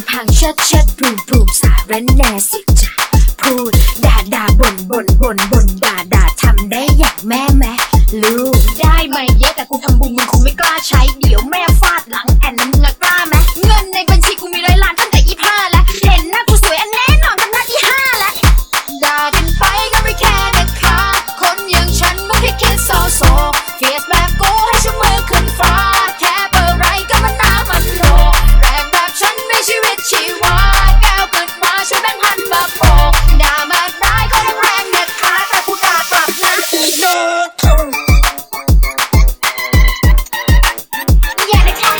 พังเชิดพรูมสารแน่สิจะพูดด่าบ่นด่าทำได้อย่างแม่ลูกได้ไหมเยอะแต่กูทำบุญมึงคงไม่กล้าใช้เดี๋ยวแม่ฟาดหลังแอนมึงกล้าไหมเงินในบัญชีกูมี100 ล้านตั้งแต่25แล้วเห็นหน้ากูสวยอันแน่นอนตั้งแต่ที่5แล้วด่ากันไปก็ไม่แค่นะคะคนอย่างฉันมึงแค่คิดโซเฟียสแบบกูให้ชูมือขึ้นฟ้าแค่เปิดไรก็มันน้ำมันโลแรงแบบฉันไม่ชีวิตชีวาแก้วเกิดมาช่วยแบ่งพันมาโปกด่ามาได้ก็แรงนะคะแต่กูด่ากลับนะโน้อย่าได้ค่ะ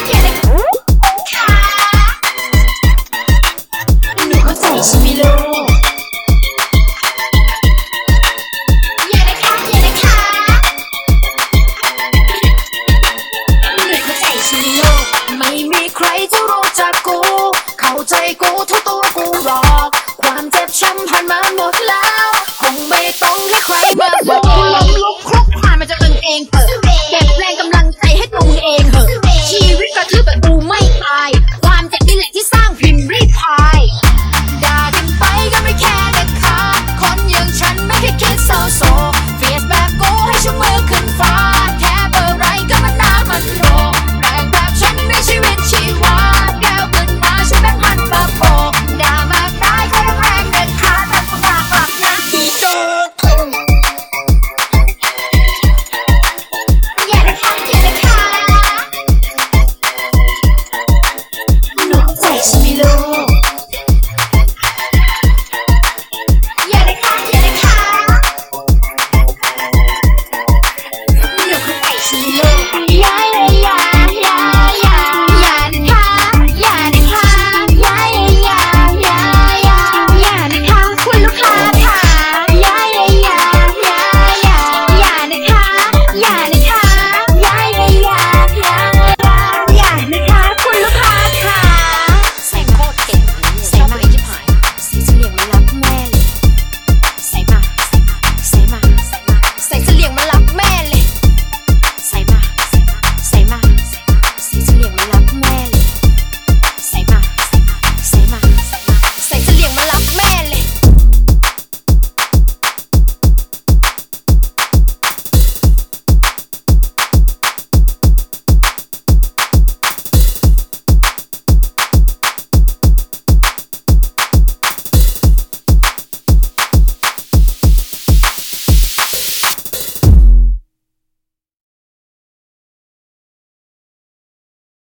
หนูเข้าใจใช่ไหมลูกอย่าได้ค่ะหนูเข้าใจใช่ไหมลูกไม่มีใครจะรู้จักกูเข้าใจกูทุก